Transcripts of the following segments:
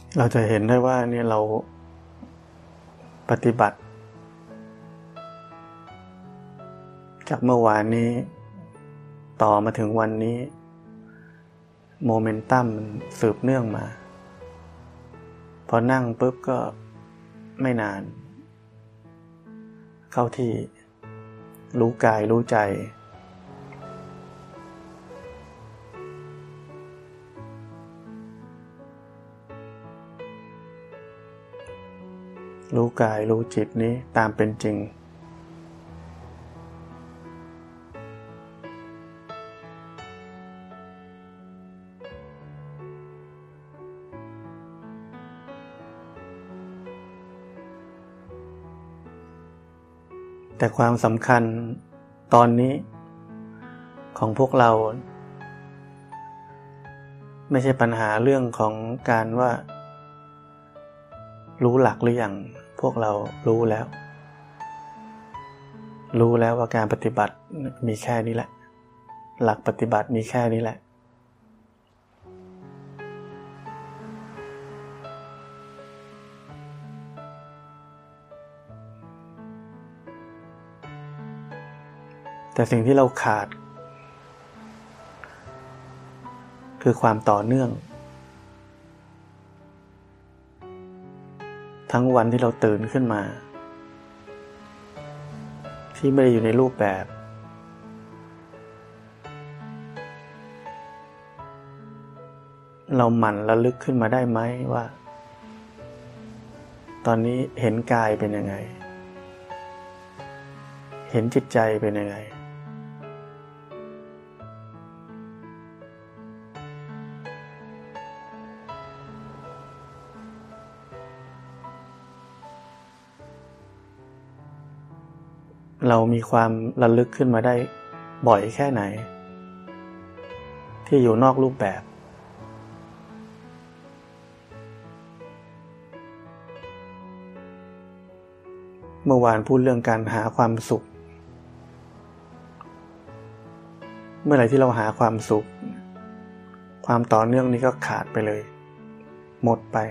เราจะเห็นได้ว่าเนี่ยเราปฏิบัติจากเมื่อวานนี้ต่อมาถึงวันนี้โมเมนตัมมันสืบเนื่องมาพอนั่งปุ๊บก็ไม่นานเข้าที่รู้กายรู้ใจรู้กายรู้จิตนี้ตามเป็นจริงแต่ความสำคัญตอนนี้ของพวกเราไม่ใช่ปัญหาเรื่องของการว่ารู้หลักหรือยังพวกเรารู้แล้วว่าการปฏิบัติมีแค่นี้แหละหลักปฏิบัติมีแค่นี้แหละแต่สิ่งที่เราขาดคือความต่อเนื่องทั้งวันที่เราตื่นขึ้นมาที่ไม่ได้อยู่ในรูปแบบเราหมั่นระลึกขึ้นมาได้ไหมว่าตอนนี้เห็นกายเป็นยังไงเห็นจิตใจเป็นยังไงเรามีความระลึกขึ้นมาได้บ่อยแค่ไหนที่อยู่นอกรูปแบบเมื่อวานพูดเรื่องการหาความสุขเมื่อไหร่ที่เราหาความสุขความต่อเนื่องนี้ก็ขาดไปเลยหมดไป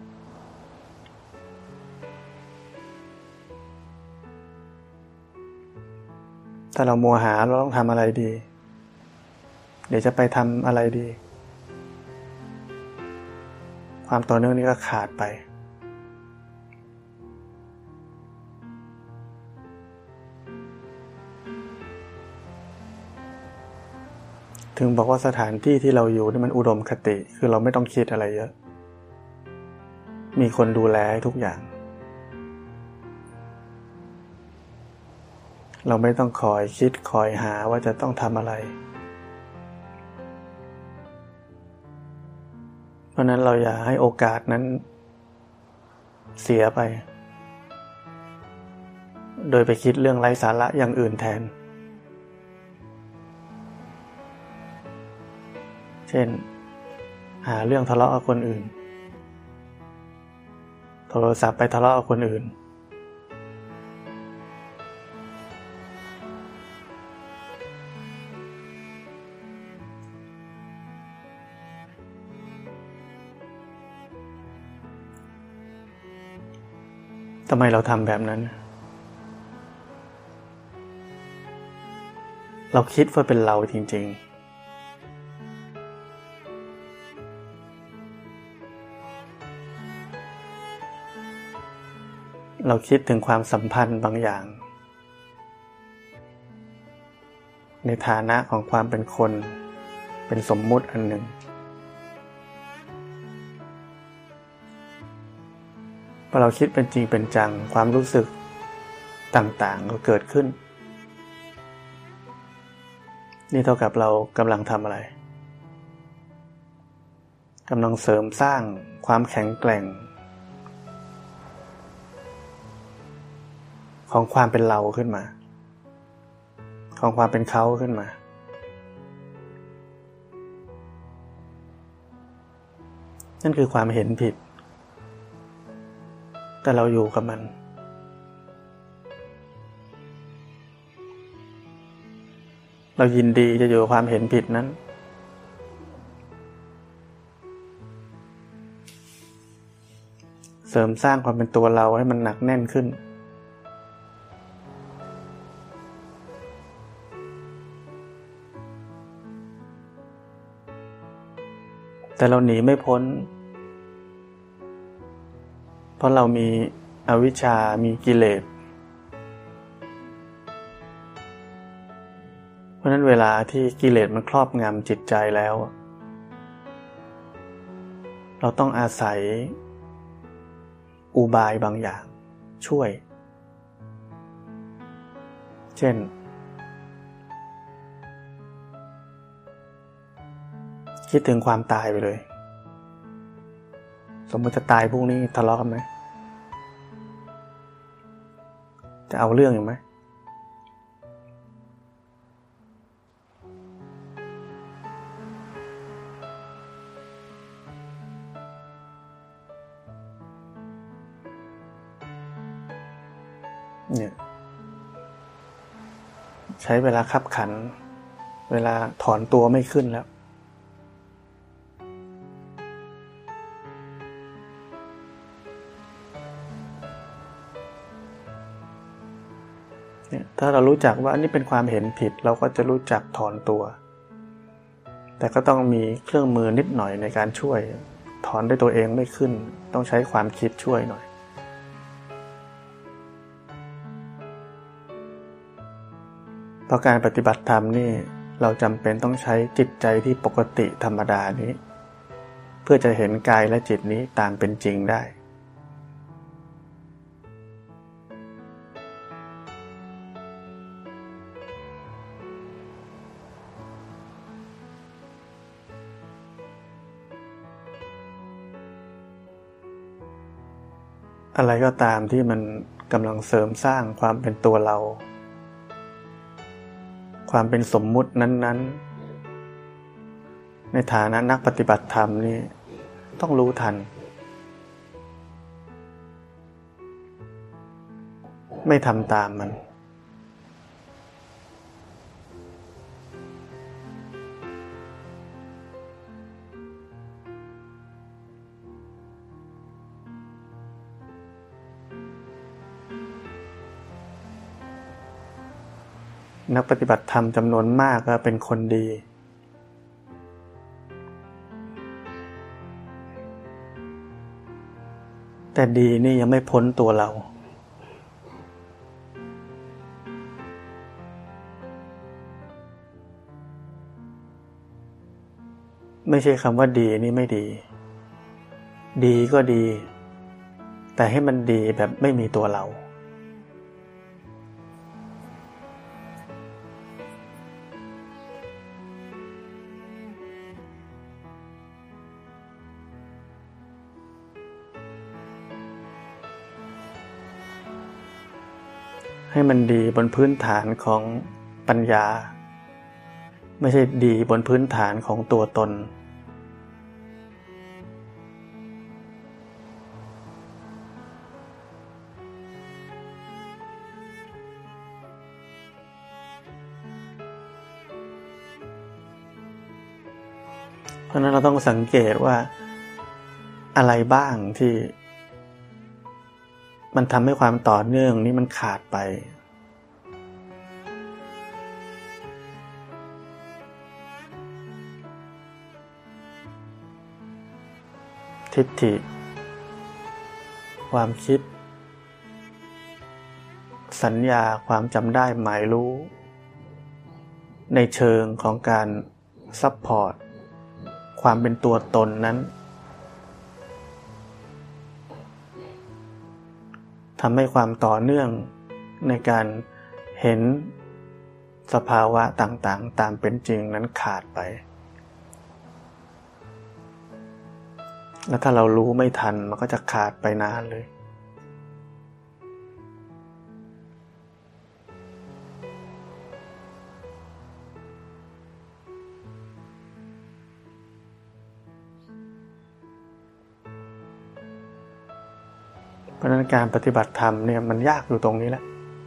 ถ้าเรามัวหาเราต้องทำอะไรดีเดี๋ยวจะไปทำอะไรดีความต่อเนื่องนี้ก็ขาดไปถึงบอกว่าสถานที่ที่เราอยู่นี่มันอุดมคติคือเราไม่ต้องคิดอะไรเยอะมีคนดูแลทุกอย่างเราไม่ต้องคอยคิดคอยหาว่าจะต้องทำอะไรเพราะนั้นเราอย่าให้โอกาสนั้นเสียไปโดยไปคิดเรื่องไร้สาระอย่างอื่นแทนเช่นหาเรื่องทะเลาะกับคนอื่นโทรศัพท์ไปทะเลาะกับคนอื่นทำไมเราทำแบบนั้นเราคิดว่าเป็นเราจริงๆเราคิดถึงความสัมพันธ์บางอย่างในฐานะของความเป็นคนเป็นสมมุติอันหนึ่งพอเราคิดเป็นจริงเป็นจังความรู้สึกต่างๆก็เกิดขึ้นนี่เท่ากับเรากำลังทำอะไรกำลังเสริมสร้างความแข็งแกร่งของความเป็นเราขึ้นมาของความเป็นเขาขึ้นมานั่นคือความเห็นผิดแต่เราอยู่กับมันเรายินดีจะอยู่กับความเห็นผิดนั้นเสริมสร้างความเป็นตัวเราให้มันหนักแน่นขึ้นแต่เราหนีไม่พ้นเพราะเรามีอวิชชามีกิเลสเพราะนั้นเวลาที่กิเลสมันครอบงำจิตใจแล้วเราต้องอาศัยอุบายบางอย่างช่วยเช่นคิดถึงความตายไปเลยสมมติจะตายพรุ่งนี้ทะเลาะกันไหมจะเอาเรื่องอยู่ไหมเนี่ยใช้เวลาคับขันเวลาถอนตัวไม่ขึ้นแล้วถ้าเรารู้จักว่านี่เป็นความเห็นผิดเราก็จะรู้จักถอนตัวแต่ก็ต้องมีเครื่องมือนิดหน่อยในการช่วยถอนด้วยตัวเองไม่ขึ้นต้องใช้ความคิดช่วยหน่อยเพราะการปฏิบัติธรรมนี่เราจำเป็นต้องใช้จิตใจที่ปกติธรรมดานี้เพื่อจะเห็นกายและจิตนี้ตามเป็นจริงได้อะไรก็ตามที่มันกำลังเสริมสร้างความเป็นตัวเราความเป็นสมมุตินั้นๆในฐานะนักปฏิบัติธรรมนี่ต้องรู้ทันไม่ทำตามมันนักปฏิบัติธรรมจำนวนมากก็เป็นคนดีแต่ดีนี่ยังไม่พ้นตัวเราไม่ใช่คำว่าดีนี่ไม่ดีดีก็ดีแต่ให้มันดีแบบไม่มีตัวเราให้มันดีบนพื้นฐานของปัญญาไม่ใช่ดีบนพื้นฐานของตัวตนเพราะนั้นเราต้องสังเกตว่าอะไรบ้างที่มันทำให้ความต่อเนื่องนี้มันขาดไปทิฏฐิความคิดสัญญาความจำได้หมายรู้ในเชิงของการซัพพอร์ตความเป็นตัวตนนั้นทำให้ความต่อเนื่องในการเห็นสภาวะต่างๆตามเป็นจริงนั้นขาดไปแล้วถ้าเรารู้ไม่ทันมันก็จะขาดไปนานเลยเพราะฉะนั้นการปฏิบัติธรรมเนี่ยมันยากอยู่ตรงนี้แหละ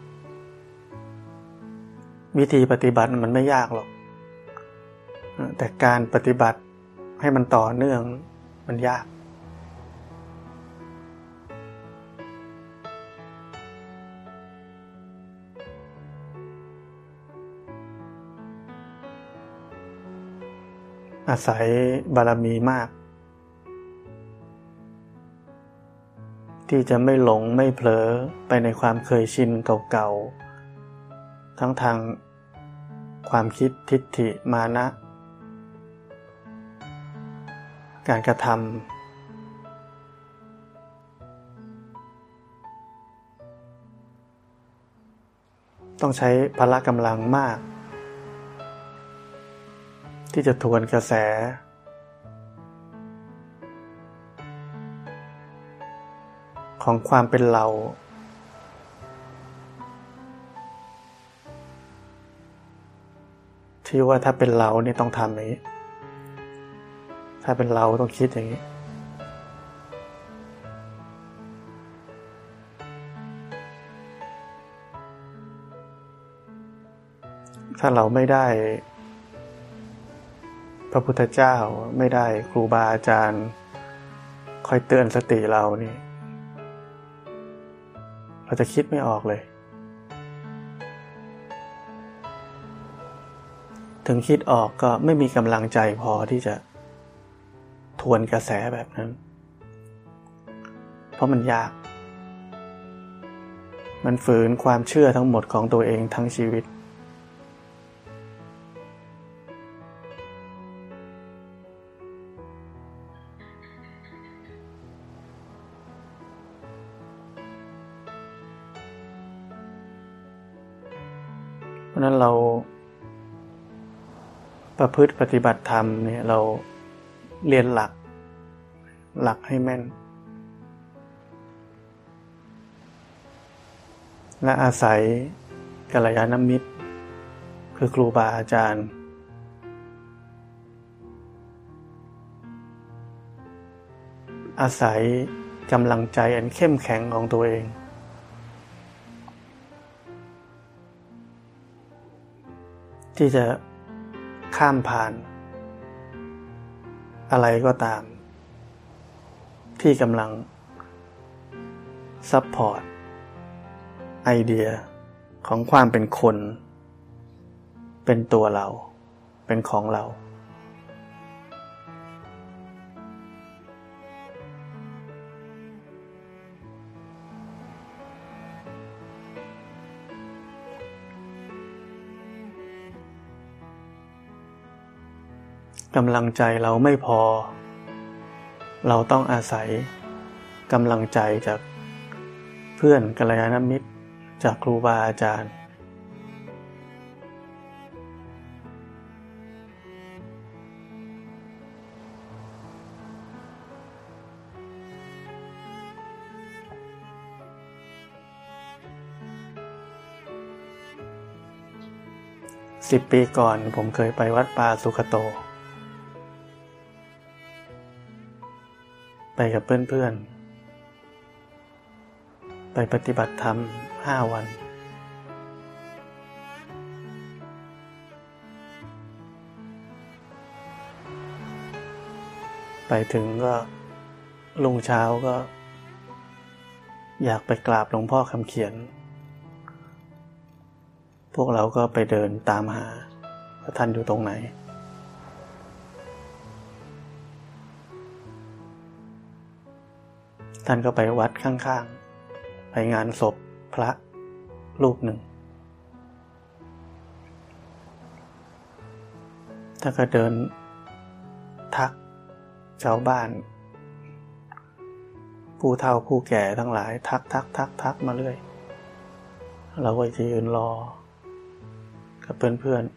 วิธีปฏิบัติมันไม่ยากหรอกแต่การปฏิบัติให้มันต่อเนื่องมันยากอาศัยบารมีมากที่จะไม่หลงไม่เผลอไปในความเคยชินเก่าๆทั้งทางความคิดทิฏฐิมานะการกระทำต้องใช้พละกำลังมากที่จะทวนกระแสของความเป็นเราที่ว่าถ้าเป็นเรานี่ต้องทำอย่างนี้ถ้าเป็นเราต้องคิดอย่างนี้ถ้าเราไม่ได้พระพุทธเจ้าไม่ได้ครูบาอาจารย์คอยเตือนสติเรานี่เราจะคิดไม่ออกเลยถึงคิดออกก็ไม่มีกำลังใจพอที่จะทวนกระแสแบบนั้นเพราะมันยากมันฝืนความเชื่อทั้งหมดของตัวเองทั้งชีวิตเพราะนั้นเราประพฤติปฏิบัติธรรมเนี่ยเราเรียนหลักให้แม่นและอาศัยกัลยาณมิตรคือครูบาอาจารย์อาศัยกำลังใจอันเข้มแข็งของตัวเองที่จะข้ามผ่านอะไรก็ตามที่กำลังซัพพอร์ตไอเดียของความเป็นคนเป็นตัวเราเป็นของเรากำลังใจเราไม่พอเราต้องอาศัยกำลังใจจากเพื่อนกัลยาณมิตรจากครูบาอาจารย์10 ปีก่อนผมเคยไปวัดป่าสุขโตไปกับเพื่อนๆไปปฏิบัติธรรม5 วันไปถึงก็รุ่งเช้าก็อยากไปกราบหลวงพ่อคำเขียนพวกเราก็ไปเดินตามหาว่าท่านอยู่ตรงไหนท่านก็ไปวัดข้างๆไปงานศพพระรูปหนึ่งท่านก็เดินทักชาวบ้านผู้เฒ่าผู้แก่ทั้งหลายทักมาเรื่อยเราก็จะยืนรอกับเพื่อน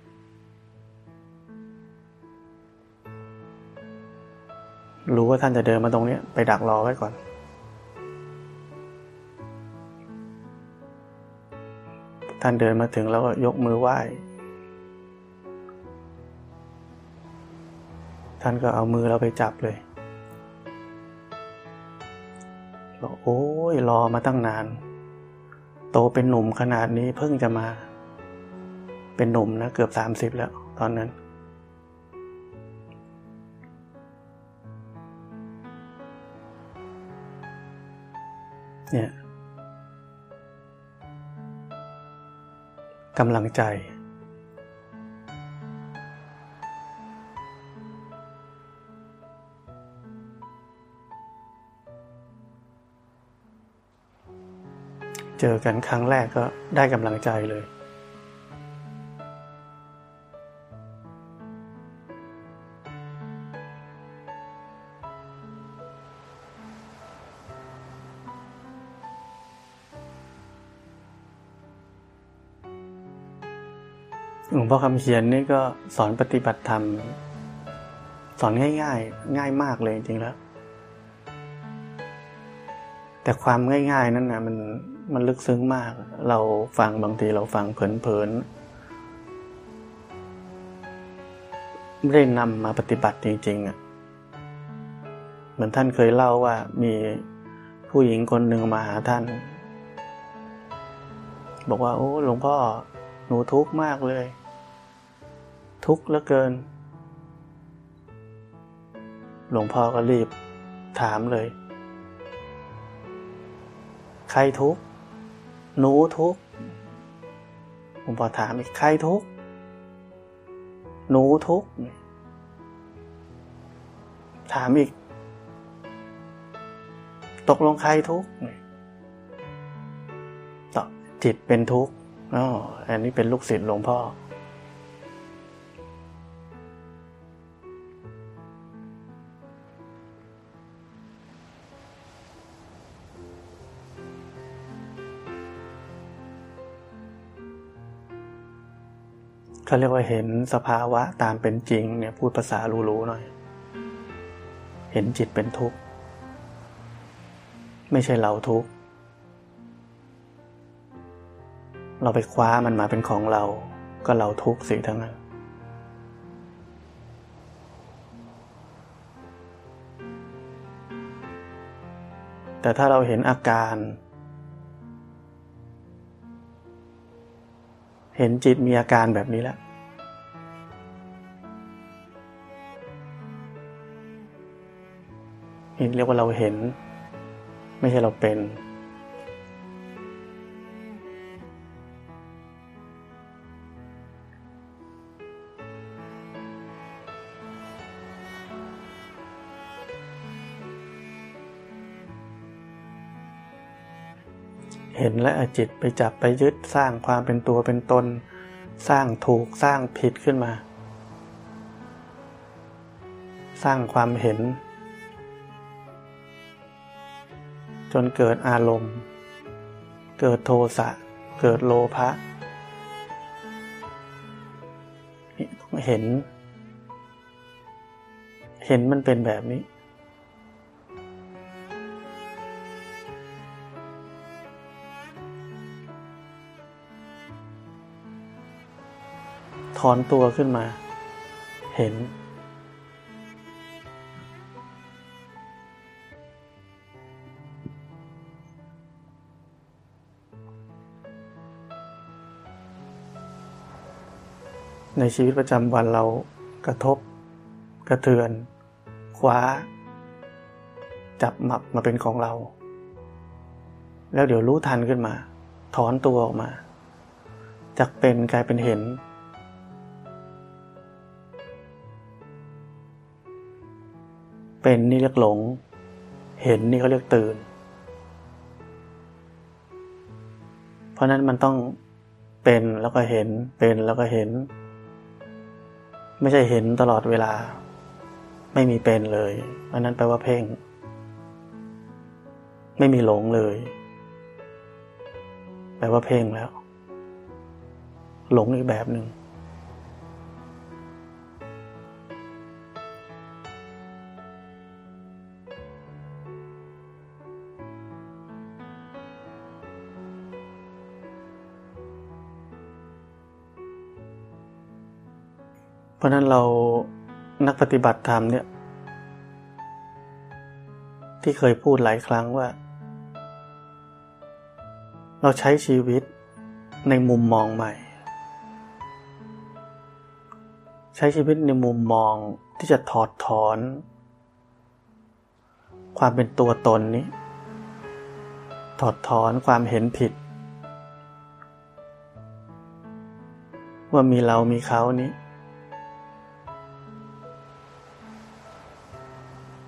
ๆรู้ว่าท่านจะเดินมาตรงนี้ไปดักรอไว้ก่อนท่านเดินมาถึงแล้วก็ยกมือไหว้ท่านก็เอามือเราไปจับเลยบอกโอ้ยรอมาตั้งนานโตเป็นหนุ่มขนาดนี้เพิ่งจะมาเป็นหนุ่มนะเกือบ30แล้วตอนนั้นเนี่ยกำลังใจเจอกันครั้งแรกก็ได้กำลังใจเลยหลวงพ่อคำเขียนนี่ก็สอนปฏิบัติธรรมสอนง่ายๆง่ายมากเลยจริงๆแล้วแต่ความง่ายๆนั้นนะมันลึกซึ้งมากเราฟังบางทีเราฟังเผลอๆไม่ได้นำมาปฏิบัติจริงๆเหมือนท่านเคยเล่าว่ามีผู้หญิงคนหนึ่งมาหาท่านบอกว่าโอ้หลวงพ่อหนูทุกข์มากเลยทุกข์เหลือเกินหลวงพ่อก็รีบถามเลยใครทุกข์หนูทุกข์หลวงพ่อถามอีกใครทุกข์หนูทุกข์ถามอีกตกลงใครทุกข์ตอบจิตเป็นทุกข์อันนี้เป็นลูกศิษย์หลวงพ่อเขาเรียกว่าเห็นสภาวะตามเป็นจริงเนี่ยพูดภาษารู้ๆหน่อยเห็นจิตเป็นทุกข์ไม่ใช่เราทุกข์เราไปคว้ามันมาเป็นของเราก็เราทุกข์สิทั้งนั้นแต่ถ้าเราเห็นอาการเห็นจิตมีอาการแบบนี้แล้วเรียกว่าเราเห็นไม่ใช่เราเป็นเห็นและจิตไปจับไปยึดสร้างความเป็นตัวเป็นตนสร้างถูกสร้างผิดขึ้นมาสร้างความเห็นจนเกิดอารมณ์เกิดโทสะเกิดโลภะเห็นมันเป็นแบบนี้ถอนตัวขึ้นมาเห็นในชีวิตประจำวันเรากระทบกระเทือนคว้าจับหมับมาเป็นของเราแล้วเดี๋ยวรู้ทันขึ้นมาถอนตัวออกมาจากเป็นกลายเป็นเห็นเป็นนี่เรียกหลงเห็นนี่เขาเรียกตื่นเพราะนั้นมันต้องเป็นแล้วก็เห็นเป็นแล้วก็เห็นไม่ใช่เห็นตลอดเวลาไม่มีเป็นเลยอันนั้นแปลว่าเพ่งไม่มีหลงเลยแปลว่าเพ่งแล้วหลงอีกแบบหนึ่งเพราะนั้นเรานักปฏิบัติธรรมเนี่ยที่เคยพูดหลายครั้งว่าเราใช้ชีวิตในมุมมองใหม่ใช้ชีวิตในมุมมองที่จะถอดถอนความเป็นตัวตนนี้ถอดถอนความเห็นผิดว่ามีเรามีเขานี้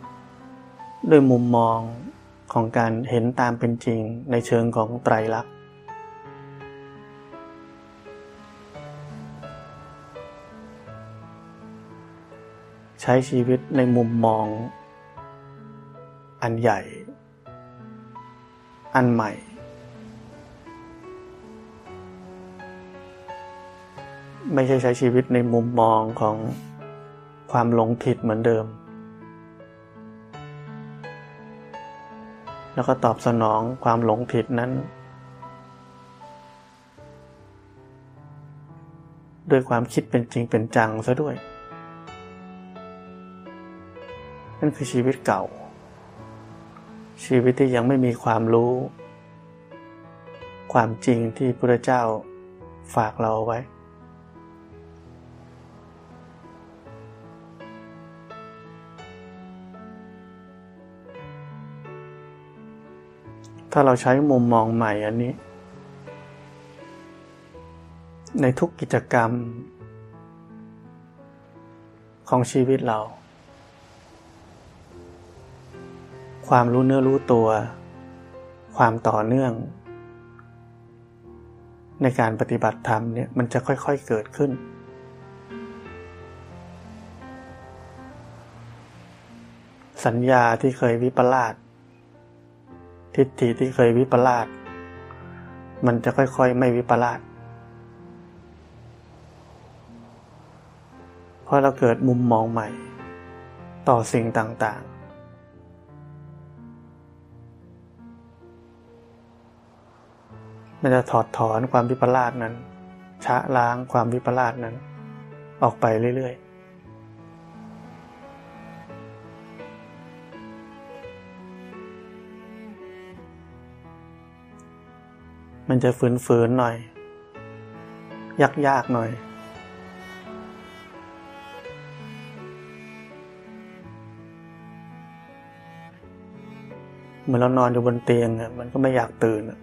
ด้วยมุมมองของการเห็นตามเป็นจริงในเชิงของไตรลักษณ์ใช้ชีวิตในมุมมองอันใหญ่อันใหม่ไม่ใช่ใช้ชีวิตในมุมมองของความหลงผิดเหมือนเดิมแล้วก็ตอบสนองความหลงผิดนั้นด้วยความคิดเป็นจริงเป็นจังซะด้วยนั่นคือชีวิตเก่าชีวิตที่ยังไม่มีความรู้ความจริงที่พระพุทธเจ้าฝากเราไว้ถ้าเราใช้มุมมองใหม่อันนี้ในทุกกิจกรรมของชีวิตเราความรู้เนื้อรู้ตัวความต่อเนื่องในการปฏิบัติธรรมเนี่ยมันจะค่อยๆเกิดขึ้นสัญญาที่เคยวิปลาสทิฏฐิที่เคยวิปลาสมันจะค่อยๆไม่วิปลาสเพราะเราเกิดมุมมองใหม่ต่อสิ่งต่างๆมันจะถอดถอนความวิปลาสนั้นชะล้างความวิปลาสนั้นออกไปเรื่อยๆมันจะฝืนๆหน่อยยากๆหน่อยเหมือนเรานอนอยู่บนเตียงมันก็ไม่อยากตื่น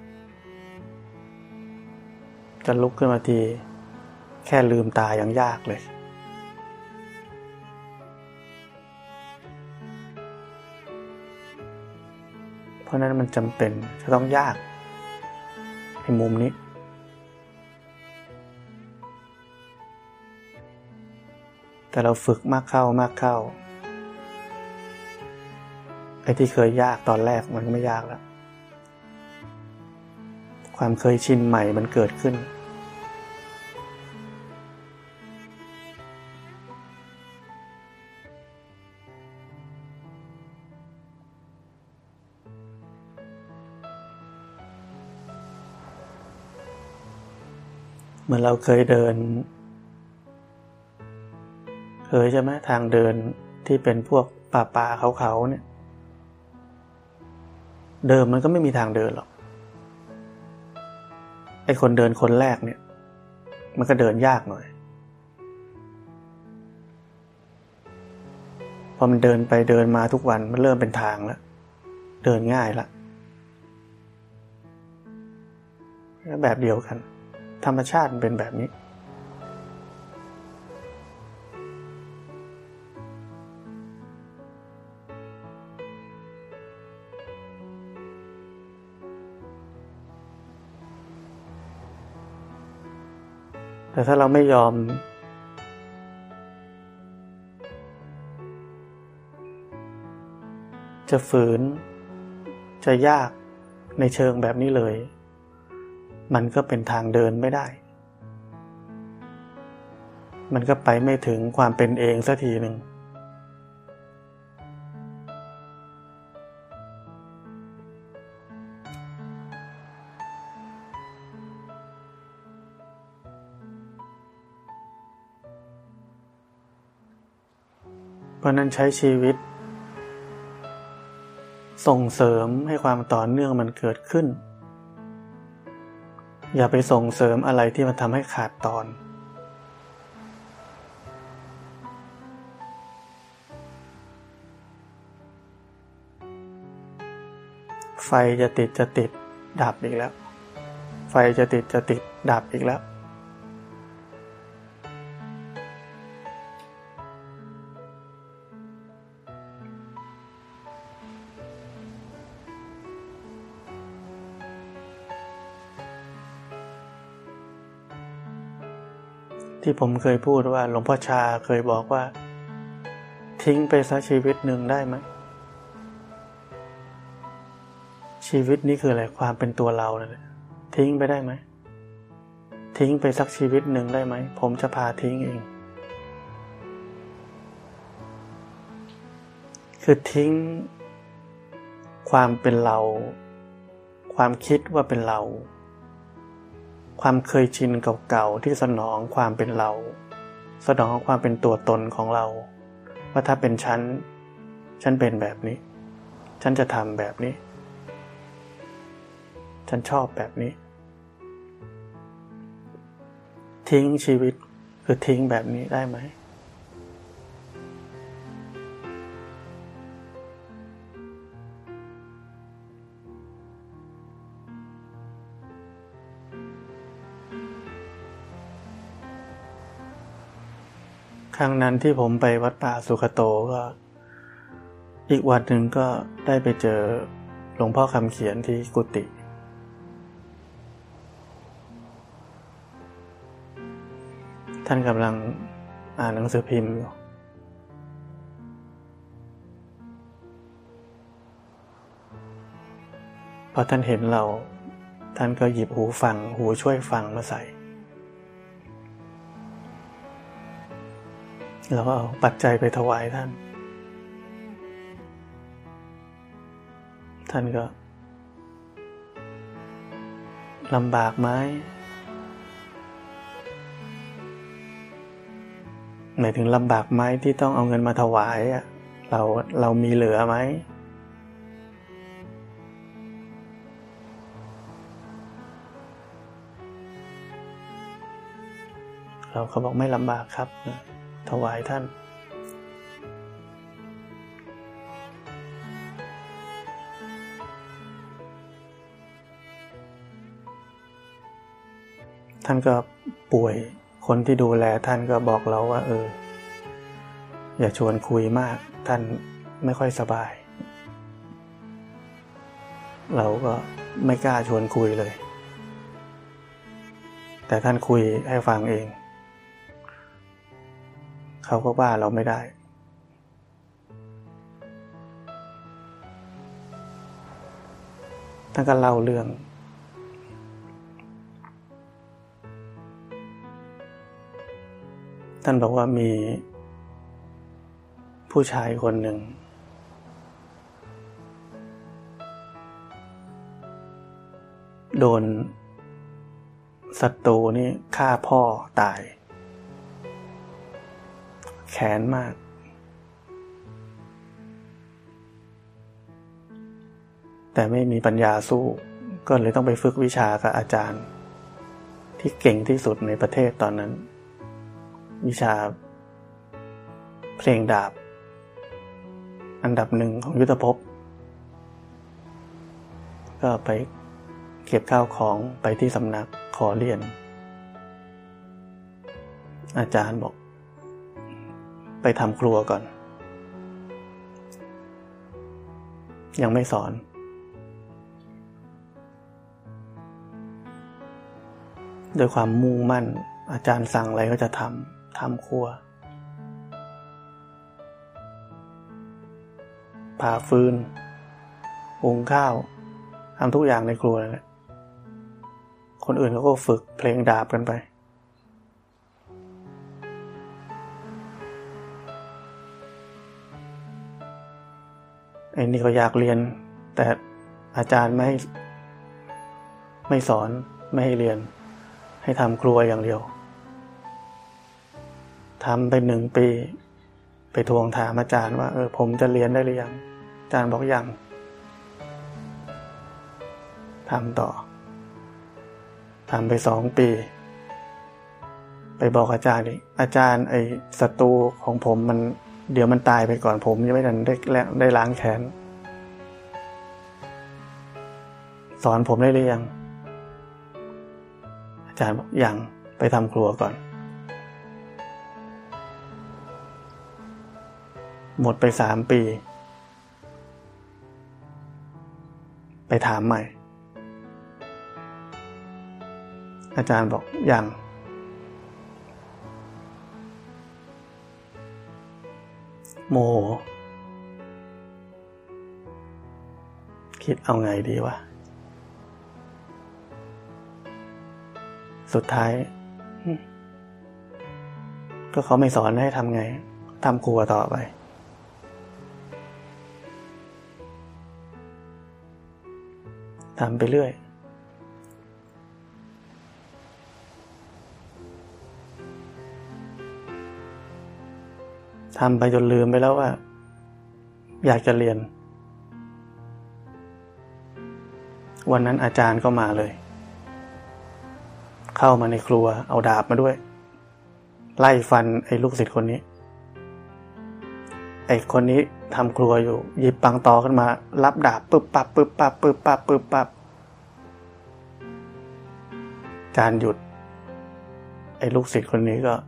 จะลุกขึ้นมาทีแค่ลืมตายังยากเลยเพราะนั้นมันจำเป็นจะต้องยากในมุมนี้แต่เราฝึกมากเข้าไอ้ที่เคยยากตอนแรกมันก็ไม่ยากแล้วความเคยชินใหม่มันเกิดขึ้นเหมือนเราเคยเดินใช่ไหมทางเดินที่เป็นพวกป่าเขาเนี่ยเดิมมันก็ไม่มีทางเดินหรอกไอ้คนเดินคนแรกเนี่ยมันก็เดินยากหน่อยพอมันเดินไปเดินมาทุกวันมันเริ่มเป็นทางแล้วเดินง่ายละแบบเดียวกันธรรมชาติมันเป็นแบบนี้แต่ถ้าเราไม่ยอมจะฝืนจะยากในเชิงแบบนี้เลยมันก็เป็นทางเดินไม่ได้มันก็ไปไม่ถึงความเป็นเองสักทีหนึ่งเพราะนั้นใช้ชีวิตส่งเสริมให้ความต่อเนื่องมันเกิดขึ้นอย่าไปส่งเสริมอะไรที่มันทำให้ขาดตอนไฟจะติดดับอีกแล้วไฟจะติดดับอีกแล้วที่ผมเคยพูดว่าหลวงพ่อชาเคยบอกว่าทิ้งไปสักชีวิตหนึ่งได้ไหมชีวิตนี้คืออะไรความเป็นตัวเราเนี่ยทิ้งไปได้ไหมทิ้งไปสักชีวิตหนึ่งได้ไหมผมจะพาทิ้งเองคือทิ้งความเป็นเราความคิดว่าเป็นเราความเคยชินเก่าๆที่สนองความเป็นเราสนองความเป็นตัวตนของเราว่าถ้าเป็นฉันเป็นแบบนี้ฉันจะทำแบบนี้ฉันชอบแบบนี้ทิ้งชีวิตคือทิ้งแบบนี้ได้ไหมครั้งนั้นที่ผมไปวัดป่าสุขโตก็อีกวันหนึ่งก็ได้ไปเจอหลวงพ่อคำเขียนที่กุฏิท่านกำลังอ่านหนังสือพิมพ์อยู่พอท่านเห็นเราท่านก็หยิบหูช่วยฟังมาใส่แล้วก็เอาปัจจัยไปถวายท่านก็ลำบากไหมหมายถึงลำบากไหมที่ต้องเอาเงินมาถวายเรามีเหลือไหมเราก็บอกไม่ลำบากครับถวายท่านก็ป่วยคนที่ดูแลท่านก็บอกเราว่าอย่าชวนคุยมากท่านไม่ค่อยสบายเราก็ไม่กล้าชวนคุยเลยแต่ท่านคุยให้ฟังเองเขาก็ว่าเราไม่ได้ท่านก็เล่าเรื่องท่านบอกว่ามีผู้ชายคนหนึ่งโดนศัตรูนี่ฆ่าพ่อตายแค้นมากแต่ไม่มีปัญญาสู้ก็เลยต้องไปฝึกวิชากับอาจารย์ที่เก่งที่สุดในประเทศตอนนั้นวิชาเพลงดาบอันดับหนึ่งของยุทธภพก็ไปเก็บข้าวของไปที่สำนักขอเรียนอาจารย์บอกไปทำครัวก่อนยังไม่สอนด้วยความมุ่งมั่นอาจารย์สั่งอะไรก็จะทำครัวผ่าฟืนหุงข้าวทำทุกอย่างในครัวนั่นแหละคนอื่นเขาก็ฝึกเพลงดาบกันไปไอ้นี่ก็อยากเรียนแต่อาจารย์ไม่สอนไม่ให้เรียนให้ทำครัวอย่างเดียวทำไป1 ปีไปทวงถามอาจารย์ว่าผมจะเรียนได้หรือยังอาจารย์บอกยังทำต่อทำไป2 ปีไปบอกอาจารย์อีกอาจารย์ไอ้ศัตรูของผมเดี๋ยวมันตายไปก่อนผมยังไม่ทันได้ล้างแค้นสอนผมได้หรือยังอาจารย์บอกยังไปทำครัวก่อนหมดไป3 ปีไปถามใหม่อาจารย์บอกยังโมโหคิดเอาไงดีวะสุดท้ายก็เขาไม่สอนให้ทำไงทำครัวต่อไปทำไปเรื่อยทำไปจนลืมไปแล้วว่าอยากจะเรียนวันนั้นอาจารย์ก็มาเลยเข้ามาในครัวเอาดาบมาด้วยไล่ฟันไอ้ลูกศิษย์คนนี้ไอ้คนนี้ทำครัวอยู่หยิบปังตอขึ้นมารับดาบปึ๊บปั๊บปึ๊บปั๊บปึ๊บปั๊บปึ๊บปั๊บอาจารย์หยุดไอ้ลูกศิษย์คนนี้ก็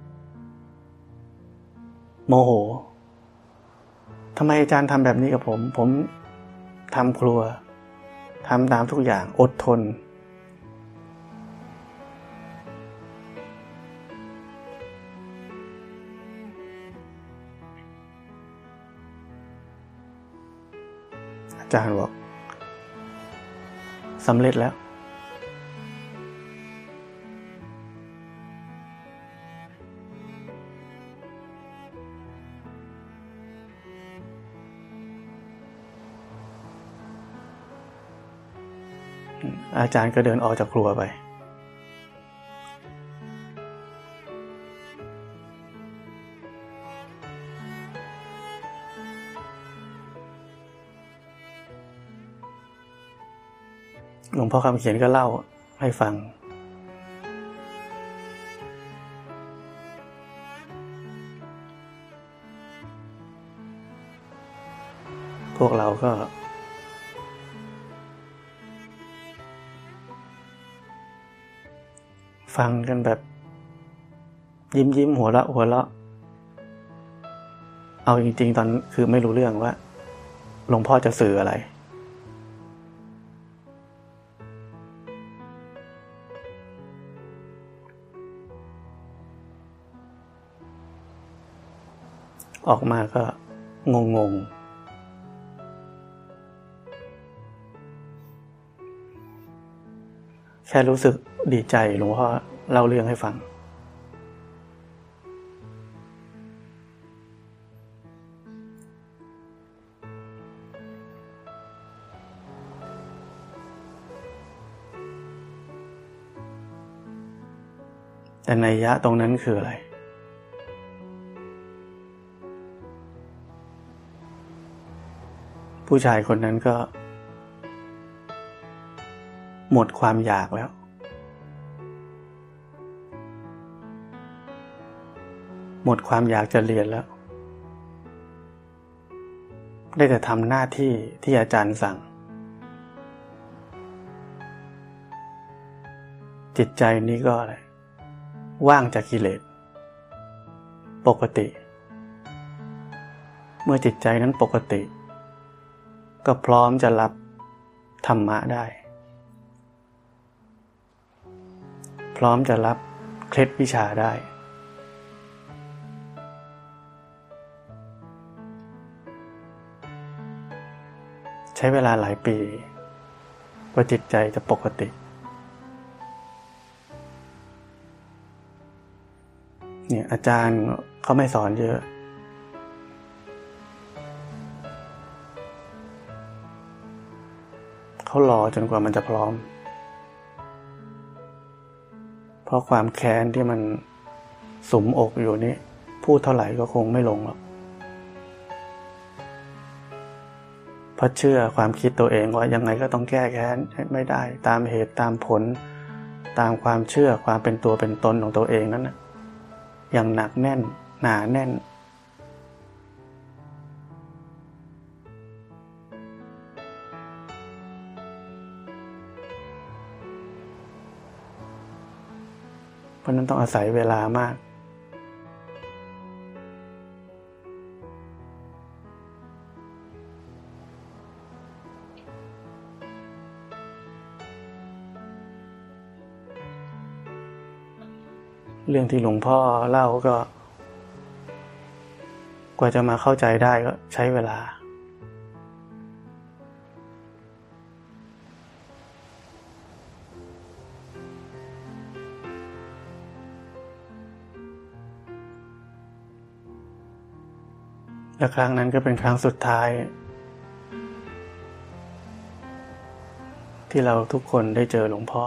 โมโหทำไมอาจารย์ทำแบบนี้กับผมทำครัวทำตามทุกอย่างอดทนอาจารย์บอกสำเร็จแล้วอาจารย์ก็เดินออกจากครัวไปหลวงพ่อคำเขียนก็เล่าให้ฟังพวกเราก็ฟังกันแบบยิ้มหัวเราะเอาจริงๆตอนคือไม่รู้เรื่องว่าหลวงพ่อจะสื่ออะไรออกมาก็งงแค่รู้สึกดีใจหลวงพ่อเล่าเรื่องให้ฟังแต่นัยยะตรงนั้นคืออะไรผู้ชายคนนั้นก็หมดความอยากแล้วหมดความอยากจะเรียนแล้วได้แต่ทำหน้าที่ที่อาจารย์สั่งจิตใจนี้ก็อะไรว่างจากกิเลสปกติเมื่อจิตใจนั้นปกติก็พร้อมจะรับธรรมะได้พร้อมจะรับเคล็ดวิชาได้ใช้เวลาหลายปีกว่าจิตใจจะปกติเนี่ยอาจารย์เขาไม่สอนเยอะเขารอจนกว่ามันจะพร้อมเพราะความแค้นที่มันสุมอกอยู่นี่พูดเท่าไหร่ก็คงไม่ลงหรอกเพราะเชื่อความคิดตัวเองว่ายังไงก็ต้องแก้แค้นไม่ได้ตามเหตุตามผลตามความเชื่อความเป็นตัวเป็นตนของตัวเองนั้นนะอย่างหนักแน่นหนาแน่นเพราะนั้นต้องอาศัยเวลามากเรื่องที่หลวงพ่อเล่าก็กว่าจะมาเข้าใจได้ก็ใช้เวลาและครั้งนั้นก็เป็นครั้งสุดท้ายที่เราทุกคนได้เจอหลวงพ่อ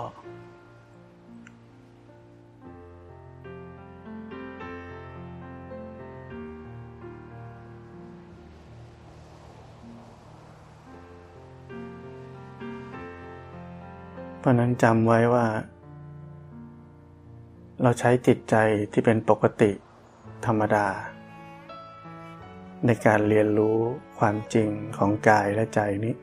เพราะนั้นจำไว้ว่าเราใช้จิตใจที่เป็นปกติธรรมดาในการเรียนรู้ความจริงของกายและใจนี้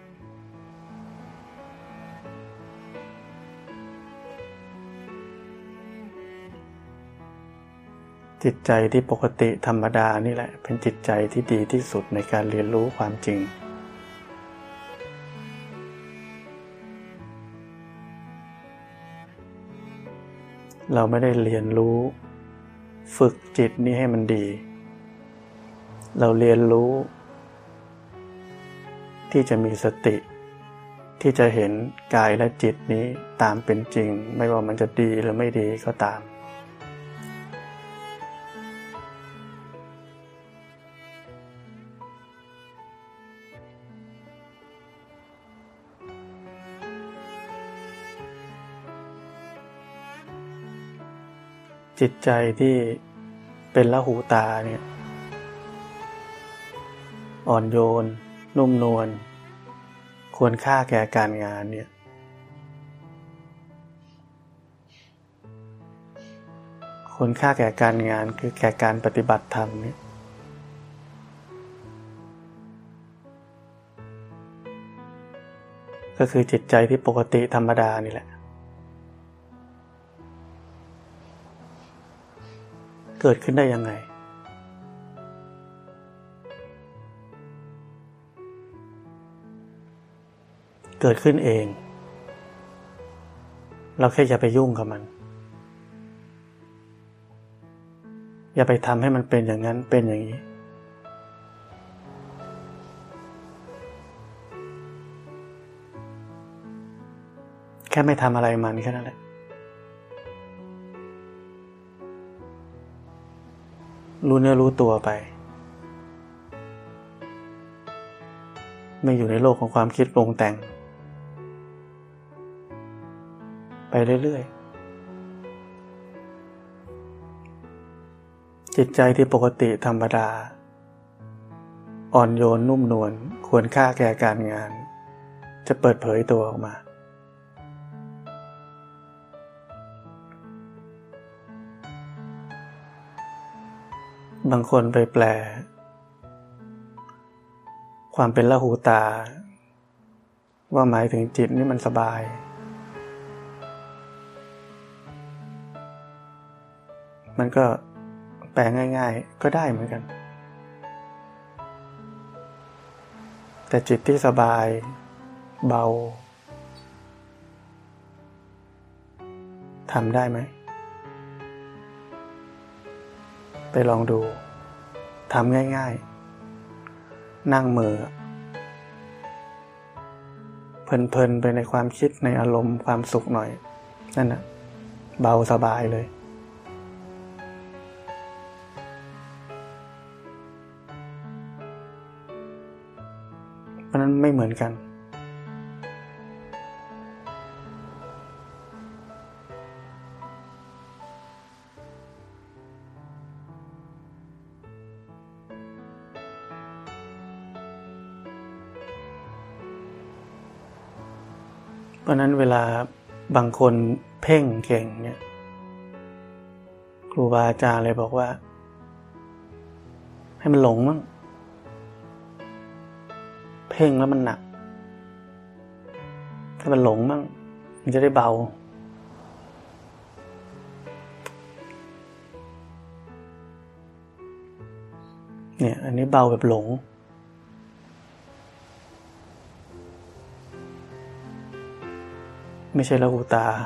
จิตใจที่ปกติธรรมดานี่แหละเป็นจิตใจที่ดีที่สุดในการเรียนรู้ความจริงเราไม่ได้เรียนรู้ฝึกจิตนี้ให้มันดีเราเรียนรู้ที่จะมีสติที่จะเห็นกายและจิตนี้ตามเป็นจริงไม่ว่ามันจะดีหรือไม่ดีก็ตามจิตใจที่เป็นละหูตาเนี่ยอ่อนโยนนุ่มนวลควรค่าแก่การงานเนี่ยควรค่าแก่การงานคือแก่การปฏิบัติธรรมเนี่ยก็คือจิตใจที่ปกติธรรมดานี่แหละเกิดขึ้นได้ยังไงเกิดขึ้นเองเราแค่อย่าไปยุ่งกับมันอย่าไปทำให้มันเป็นอย่างนั้นเป็นอย่างนี้แค่ไม่ทำอะไรมันแค่นั้นแหละรู้เนื้อรู้ตัวไปไม่อยู่ในโลกของความคิดปรุงแต่งไปเรื่อยๆจิตใจที่ปกติธรรมดาอ่อนโยนนุ่มนวลควรค่าแก่การงานจะเปิดเผยตัวออกมาบางคนไปแปลความเป็นละหูตาว่าหมายถึงจิตนี่มันสบายมันก็แปลง่ายๆก็ได้เหมือนกันแต่จิตที่สบายเบาทำได้ไหมไปลองดูทำง่ายๆนั่งมือเพลินๆไปในความคิดในอารมณ์ความสุขหน่อยนั่นน่ะเบาสบายเลยเพราะนั้นไม่เหมือนกันเพราะนั้นเวลาบางคนเพ่งเก่งเนี่ยครูบาอาจารย์เลยบอกว่าให้มันหลงมั่งเพ่งแล้วมันหนักให้มันหลงมั่งมันจะได้เบาเนี่ยอันนี้เบาแบบหลงไม่ใช่ละหูตา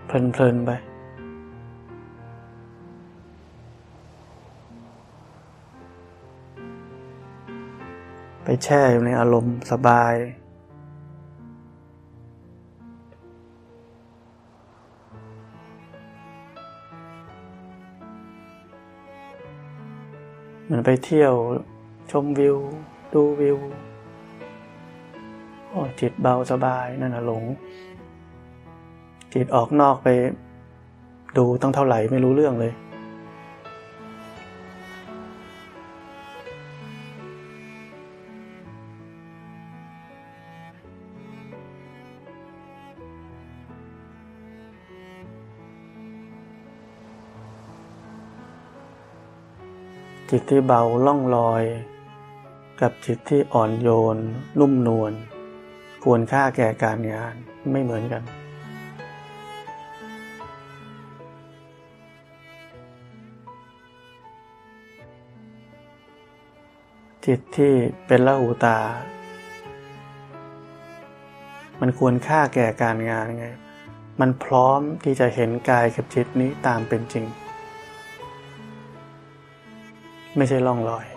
เพลินไปแช่อยู่ในอารมณ์สบายเหมือนไปเที่ยวชมวิวดูวิวจิตเบาสบายนั่นน่ะหลงจิตออกนอกไปดูตั้งเท่าไหร่ไม่รู้เรื่องเลยจิตที่เบาล่องลอยกับจิตที่อ่อนโยนนุ่มนวลควรค่าแก่การงานไม่เหมือนกันจิตที่เป็นละหูตามันควรค่าแก่การงานไงมันพร้อมที่จะเห็นกายกับจิตนี้ตามเป็นจริงไม่ใช่ล่องลอย